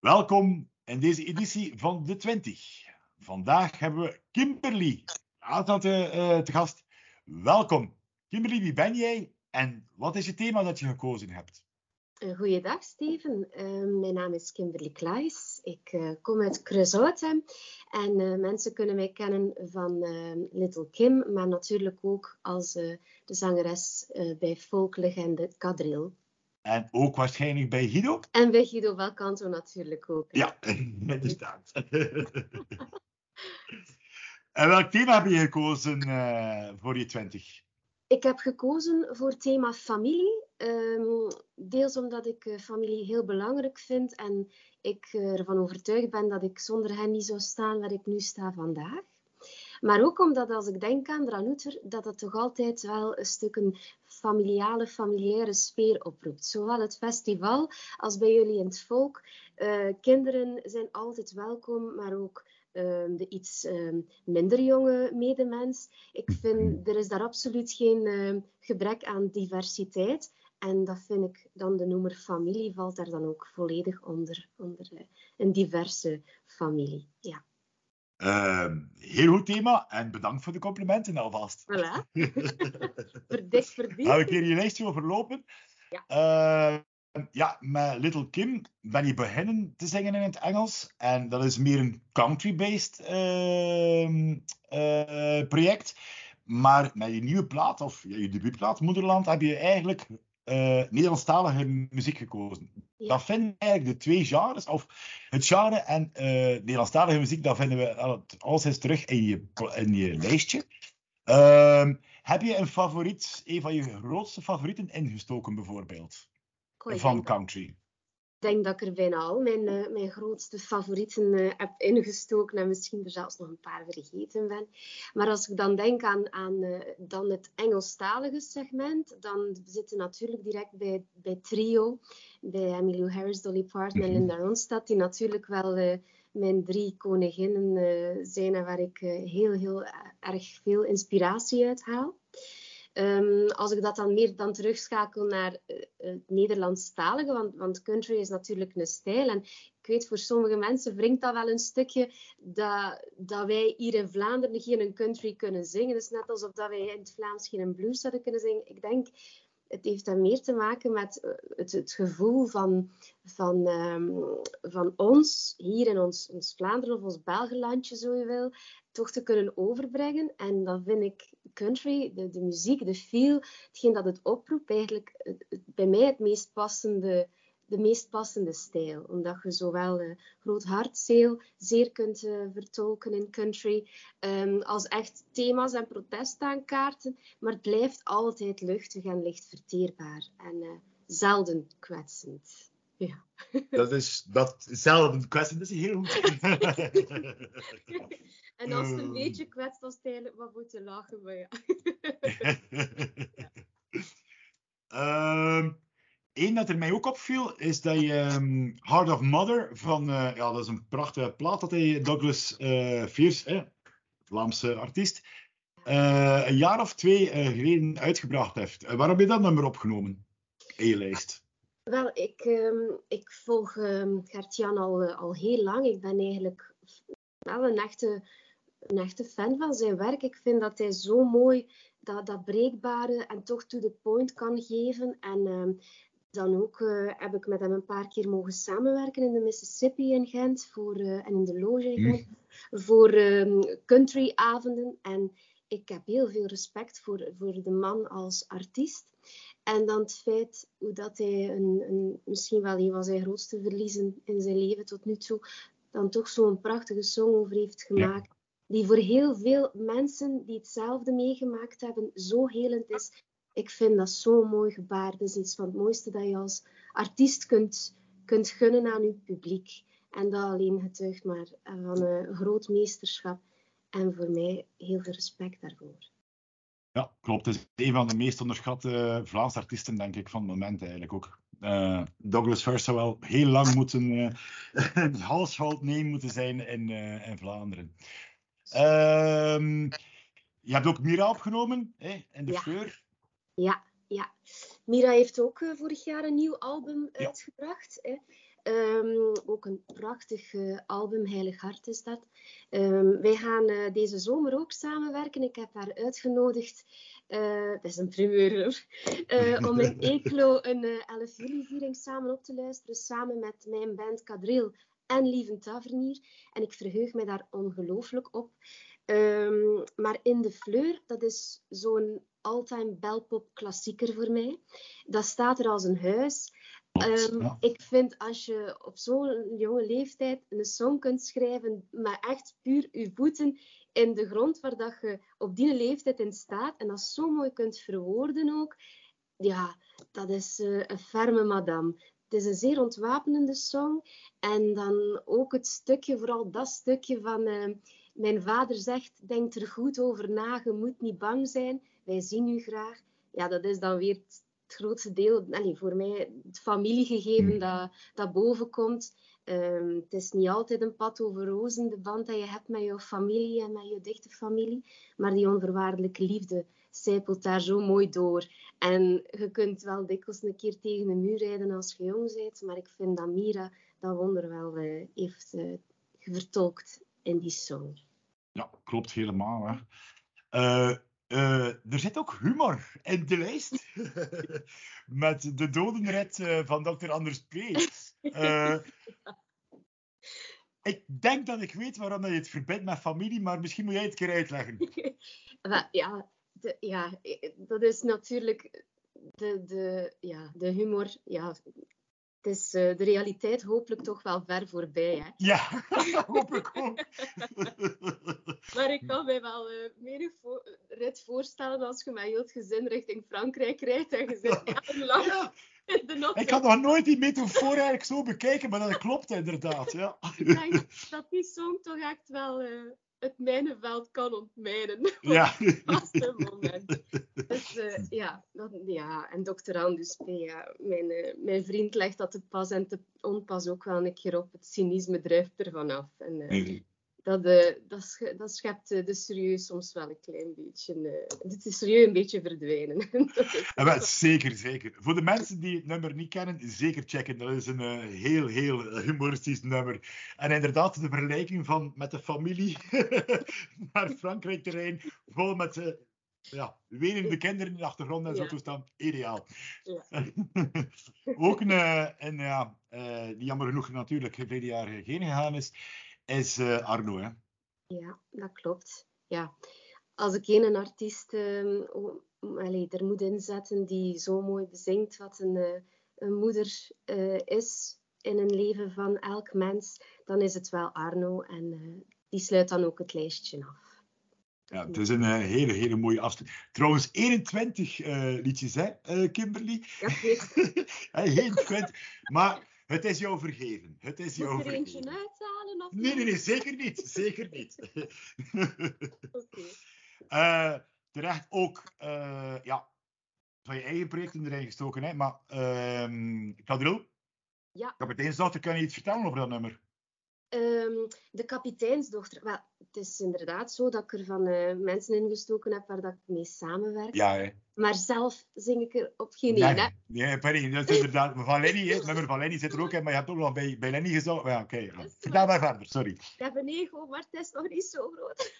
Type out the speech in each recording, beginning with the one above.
Welkom in deze editie van de 20. Vandaag hebben we Kimberly te gast. Welkom. Kimberly, wie ben jij en wat is het thema dat je gekozen hebt? Goeiedag Steven, mijn naam is Kimberly Klaes. Ik kom uit Creusot en mensen kunnen mij kennen van Little Kim, maar natuurlijk ook als de zangeres bij folklegende Kadril. En ook waarschijnlijk bij Guido? En bij Guido Belcanto natuurlijk ook. Hè? Ja, inderdaad. En welk thema heb je gekozen voor je 20? Ik heb gekozen voor het thema familie. Deels omdat ik familie heel belangrijk vind en ik ervan overtuigd ben dat ik zonder hen niet zou staan waar ik nu sta vandaag. Maar ook omdat als ik denk aan Dranouter, dat het toch altijd wel een stuk een familiaire sfeer oproept. Zowel het festival als bij jullie in het volk. Kinderen zijn altijd welkom, maar ook de iets minder jonge medemens. Ik vind, er is daar absoluut geen gebrek aan diversiteit. En dat vind ik dan de noemer familie valt daar dan ook volledig onder een diverse familie. Ja. Heel goed thema en bedankt voor de complimenten alvast. Voilà. Verdikt. Heb ik hier je lijstje overlopen? Ja. Ja, met Little Kim ben je beginnen te zingen in het Engels. En dat is meer een country-based project. Maar met je nieuwe plaat, of je debuutplaat, Moederland, heb je eigenlijk Nederlandstalige muziek gekozen. Ja. Dat vinden we eigenlijk de twee genres, of het genre en Nederlandstalige muziek, dat vinden we alles terug in je lijstje. Heb je een favoriet, een van je grootste favorieten ingestoken bijvoorbeeld? Van country? Ik denk dat ik er bijna al mijn grootste favorieten heb ingestoken en misschien er zelfs nog een paar vergeten ben. Maar als ik dan denk aan dan het Engelstalige segment, dan zitten natuurlijk direct bij Trio, bij Emmylou Harris, Dolly Parton en Linda Ronstadt, die natuurlijk wel mijn drie koninginnen zijn en waar ik heel erg veel inspiratie uit haal. Als ik dat dan meer terugschakel naar het Nederlandstalige, want country is natuurlijk een stijl. En ik weet, voor sommige mensen wringt dat wel een stukje dat wij hier in Vlaanderen geen country kunnen zingen. Het is net alsof dat wij in het Vlaams geen blues zouden kunnen zingen. Ik denk, het heeft dan meer te maken met het gevoel van ons, hier in ons Vlaanderen of ons Belgenlandje, zo je wil, toch te kunnen overbrengen. En dan vind ik country, de muziek, de feel, hetgeen dat het oproept, eigenlijk bij mij de meest passende stijl. Omdat je zowel groot hartzeel zeer kunt vertolken in country, als echt thema's en protest aankaarten. Maar het blijft altijd luchtig en licht verteerbaar. En zelden kwetsend. Ja. Dat zelden kwetsend, dat is heel goed. En als het een beetje kwetst, dan is het eigenlijk wat moeten lachen. Maar ja. Eén dat er mij ook opviel, is dat je Heart of Mother van, dat is een prachtige plaat dat hij Douglas Fierce, Vlaamse artiest, een jaar of 2 geleden uitgebracht heeft. Waarom heb je dat nummer opgenomen in je lijst? Wel, ik volg Gert-Jan al heel lang. Ik ben eigenlijk wel een echte fan van zijn werk. Ik vind dat hij zo mooi dat breekbare en toch to the point kan geven. En dan ook heb ik met hem een paar keer mogen samenwerken in de Mississippi in Gent en in de Loge in Gent voor countryavonden. En ik heb heel veel respect voor de man als artiest. En dan het feit hoe dat hij misschien wel een van zijn grootste verliezen in zijn leven tot nu toe, dan toch zo'n prachtige song over heeft gemaakt. Ja. Die voor heel veel mensen die hetzelfde meegemaakt hebben, zo helend is. Ik vind dat zo'n mooi gebaar. Dat is iets van het mooiste dat je als artiest kunt gunnen aan je publiek. En dat alleen getuigt maar van een groot meesterschap. En voor mij heel veel respect daarvoor. Ja, klopt. Het is een van de meest onderschatte Vlaamse artiesten, denk ik, van het moment eigenlijk ook. Douglas Fierce zou wel heel lang moeten een household name moeten zijn in Vlaanderen. Je hebt ook Mira opgenomen, in de Fleur. Ja. Mira heeft ook vorig jaar een nieuw album uitgebracht. Ook een prachtig album, Heilig Hart is dat. Wij gaan deze zomer ook samenwerken. Ik heb haar uitgenodigd. Dat is een primeur, om in Eeklo een 11 juli-viering samen op te luisteren. Samen met mijn band Kadril en Lieven Tavernier. En ik verheug me daar ongelooflijk op. Maar In de Fleur, dat is zo'n all-time belpop klassieker voor mij. Dat staat er als een huis. Ik vind als je op zo'n jonge leeftijd een song kunt schrijven, maar echt puur je voeten in de grond waar dat je op die leeftijd in staat en dat zo mooi kunt verwoorden ook, ja, dat is een ferme madame. Het is een zeer ontwapenende song en dan ook het stukje, vooral dat stukje van mijn vader zegt, denk er goed over na, je moet niet bang zijn, wij zien u graag. Ja, dat is dan weer het grootste deel, voor mij, het familiegegeven dat boven komt. Het is niet altijd een pad over rozen, de band dat je hebt met je familie en met je dichte familie, maar die onvoorwaardelijke liefde sijpelt daar zo mooi door. En je kunt wel dikwijls een keer tegen de muur rijden als je jong bent, maar ik vind dat Mira dat wonder wel heeft vertolkt in die song. Ja, klopt helemaal. Hè. Er zit ook humor in de lijst. Met de dodenrit van Dr. Anders P. Ik denk dat ik weet waarom je het verbindt met familie, maar misschien moet jij het een keer uitleggen. Dat is natuurlijk de humor. Ja, het is de realiteit hopelijk toch wel ver voorbij. Hè? Ja, hoop ik ook. Maar ik kan mij wel menig rit voorstellen als je met heel het gezin richting Frankrijk rijdt en je zit ellenlang in de auto. Ik had nog nooit die metafoor eigenlijk zo bekeken, maar dat klopt inderdaad. Ja. Ik denk dat die song toch echt wel het mijnenveld kan ontmijnen. Ja. Op het vaste moment. Dus en Dr. Andus P. Ja, mijn vriend legt dat te pas en te onpas ook wel een keer op. Het cynisme drijft er vanaf. En dat schept de serieus soms wel een klein beetje. Het is serieus een beetje verdwijnen. Zeker. Voor de mensen die het nummer niet kennen, zeker checken. Dat is een heel humoristisch nummer. En inderdaad, de vergelijking met de familie naar Frankrijk terrein, vol met wenende kinderen in de achtergrond en zo toestand. Ideaal. Ja. Ook die jammer genoeg natuurlijk verleden jaar geen gegaan is Arno, hè? Ja, dat klopt. Ja. Als ik een artiest er moet inzetten die zo mooi bezingt wat een moeder is in een leven van elk mens, dan is het wel Arno. En die sluit dan ook het lijstje af. Ja, het is een hele mooie afsluiting. Trouwens, 21 liedjes, hè, Kimberly? Ja, ik weet. 21. Maar het is jou vergeven. Het is jou Moet er vergeven. eentje uithalen? Of Nee, zeker niet. Zeker niet. Oké. Terecht ook, van je eigen projecten erin gestoken, hè. Maar, Kadril? Ja. Kapiteinsdochter, kan je iets vertellen over dat nummer? De kapiteinsdochter. Wel, het is inderdaad zo dat ik er van mensen ingestoken heb waar dat ik mee samenwerk. Ja, hè. Maar zelf zing ik er op geen één. Hè? Nee, Penny, dat is inderdaad. Van Lenny, het nummer van Lenny zit er ook in, maar je hebt ook nog bij Lenny gezongen. Ja, oké. Vertel maar verder, sorry. Ik heb een ego, maar het is nog niet zo groot.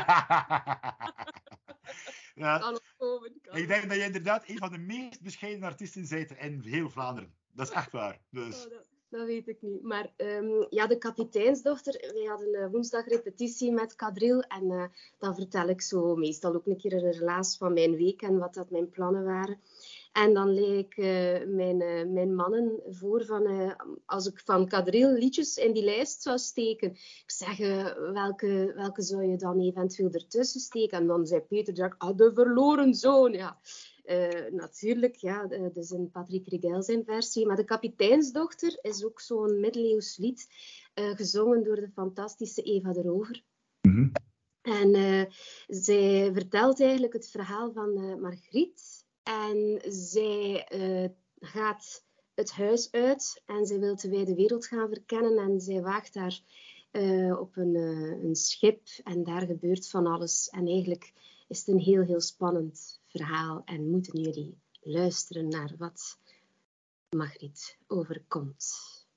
Ja. Kan komen. Ik denk dat je inderdaad een van de meest bescheiden artiesten bent in heel Vlaanderen. Dat is echt waar. Dus. Dat weet ik niet. Maar de kapiteinsdochter. Wij hadden woensdag repetitie met Kadril. En dan vertel ik zo meestal ook een keer een relaas van mijn week en wat dat mijn plannen waren. En dan leid ik mijn mannen voor van als ik van Kadril liedjes in die lijst zou steken. Ik zeg, welke zou je dan eventueel ertussen steken? En dan zei Peter, de verloren zoon. Ja. Natuurlijk, ja, dus in Patrick Rigel zijn versie. Maar de kapiteinsdochter is ook zo'n middeleeuws lied, gezongen door de fantastische Eva de Rover. Mm-hmm. En zij vertelt eigenlijk het verhaal van Margriet. En zij gaat het huis uit en zij wil de wijde wereld gaan verkennen. En zij waagt daar op een schip en daar gebeurt van alles. En eigenlijk is het een heel spannend verhaal en moeten jullie luisteren naar wat Margriet overkomt.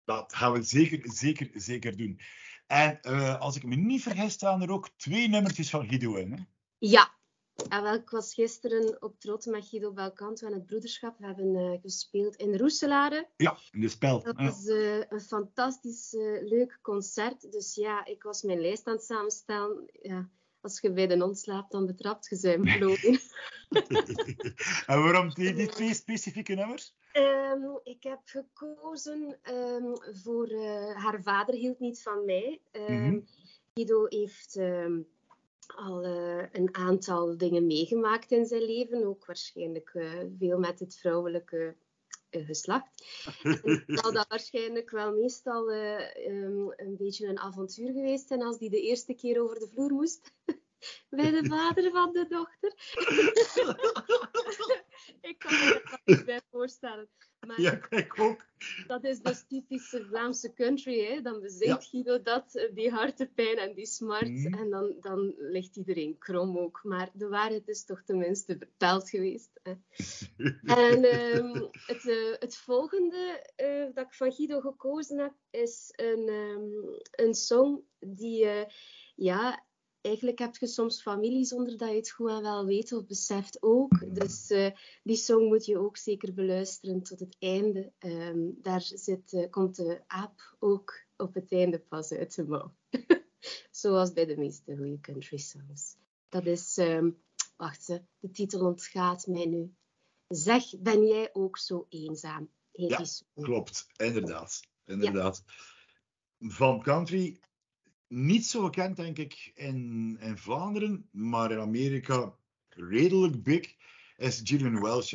Dat gaan we zeker doen. En als ik me niet vergis, staan er ook 2 nummertjes van Guido in. Hè? Ja. En wel, ik was gisteren op Trot met Guido Belcanto en het broederschap. We hebben gespeeld in Roeselare. Ja, in de spel. Dat was een fantastisch leuk concert. Dus ja, ik was mijn lijst aan het samenstellen. Ja, als je bij de hond slaapt, dan betrapt je zijn vlogen. En waarom die 2 specifieke nummers? Ik heb gekozen voor Haar vader hield niet van mij. Guido heeft al een aantal dingen meegemaakt in zijn leven. Ook waarschijnlijk veel met het vrouwelijke geslacht. En zal dat waarschijnlijk wel meestal een beetje een avontuur geweest zijn als die de eerste keer over de vloer moest. Bij de vader van de dochter. Ik kan me dat niet bij voorstellen. Maar ja, ik ook. Dat is dus typische Vlaamse country. Hè? Dan bezingt Guido dat, die hartepijn en die smart. En dan ligt iedereen krom ook. Maar de waarheid is toch tenminste verteld geweest. Hè? En het volgende dat ik van Guido gekozen heb, is een song die... Eigenlijk heb je soms familie zonder dat je het goed en wel weet of beseft ook. Dus die song moet je ook zeker beluisteren tot het einde. Daar komt de aap ook op het einde pas uit de mouw. Zoals bij de meeste goede country songs. Dat is... de titel ontgaat mij nu. Zeg, ben jij ook zo eenzaam? Ja, klopt. Inderdaad. Ja. Van country... Niet zo gekend, denk ik, in Vlaanderen, maar in Amerika redelijk big, is Gillian Welch.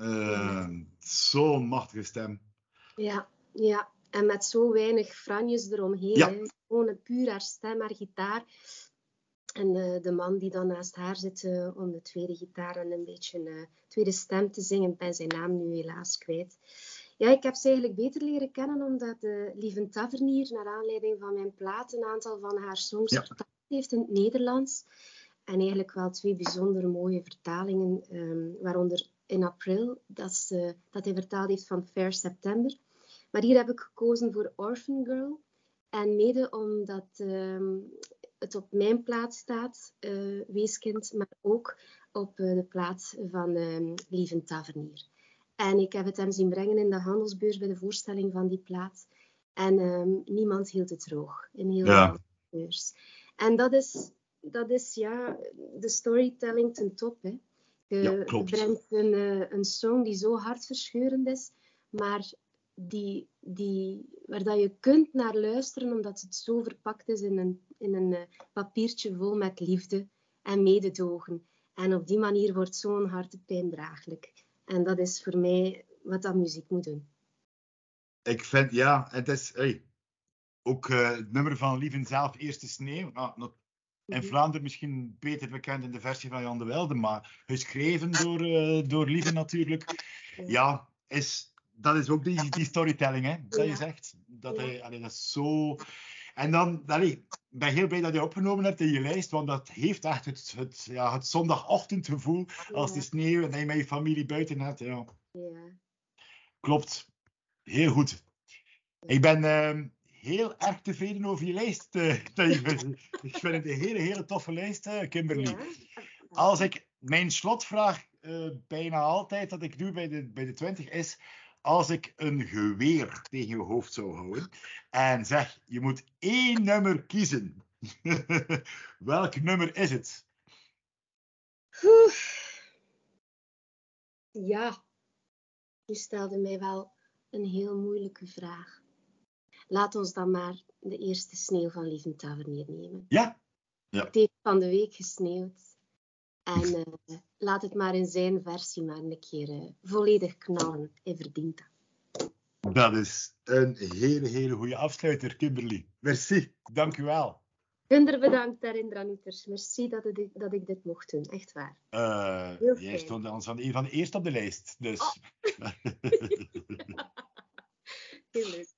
Zo'n machtige stem. Ja. En met zo weinig franjes eromheen. Ja. Hè. Gewoon puur haar stem, haar gitaar. En de man die dan naast haar zit om de tweede gitaar en een beetje tweede stem te zingen. Ik ben zijn naam nu helaas kwijt. Ja, ik heb ze eigenlijk beter leren kennen omdat Lieven Tavernier, naar aanleiding van mijn plaat, een aantal van haar songs vertaald heeft in het Nederlands. En eigenlijk wel 2 bijzonder mooie vertalingen, waaronder In April, dat hij vertaald heeft van Fair September. Maar hier heb ik gekozen voor Orphan Girl. En mede omdat het op mijn plaat staat, Weeskind, maar ook op de plaat van Lieven Tavernier. En ik heb het hem zien brengen in de handelsbeurs bij de voorstelling van die plaat. En niemand hield het droog in heel de handelsbeurs. En dat is de storytelling ten top. Hè. Je brengt een song die zo hartverscheurend is, maar waar dat je kunt naar luisteren, omdat het zo verpakt is in een papiertje vol met liefde en mededogen. En op die manier wordt zo'n hartepijn draaglijk. En dat is voor mij wat dat muziek moet doen. Ik vind, het is ook het nummer van Lieven zelf, Eerste Sneeuw. In Vlaanderen misschien beter bekend in de versie van Jan de Wilde, maar geschreven door Lieven natuurlijk. Ja, dat is ook die storytelling, hè, dat je zegt. Dat is zo... En dan, ik ben heel blij dat je opgenomen hebt in je lijst, want dat heeft echt het zondagochtendgevoel als de sneeuw en dat je met je familie buiten hebt. Ja. Klopt. Heel goed. Ik ben heel erg tevreden over je lijst. Ik vind het een hele toffe lijst, Kimberly. Als ik mijn slotvraag bijna altijd dat ik doe bij de 20 is... Als ik een geweer tegen je hoofd zou houden en zeg, je moet 1 nummer kiezen. Welk nummer is het? Ja, je stelde mij wel een heel moeilijke vraag. Laat ons dan maar de Eerste Sneeuw van Lieven Tavernier nemen. Ja. Het heeft van de week gesneeuwd. En laat het maar in zijn versie maar een keer volledig knallen. Hij verdient dat. Dat is een hele goede afsluiter, Kimberly. Merci, dank u wel. Gunder bedankt daarin, Draniters. Merci dat ik dit mocht doen, echt waar. Jij stond ons van een van de eerste op de lijst, dus... Heel leuk.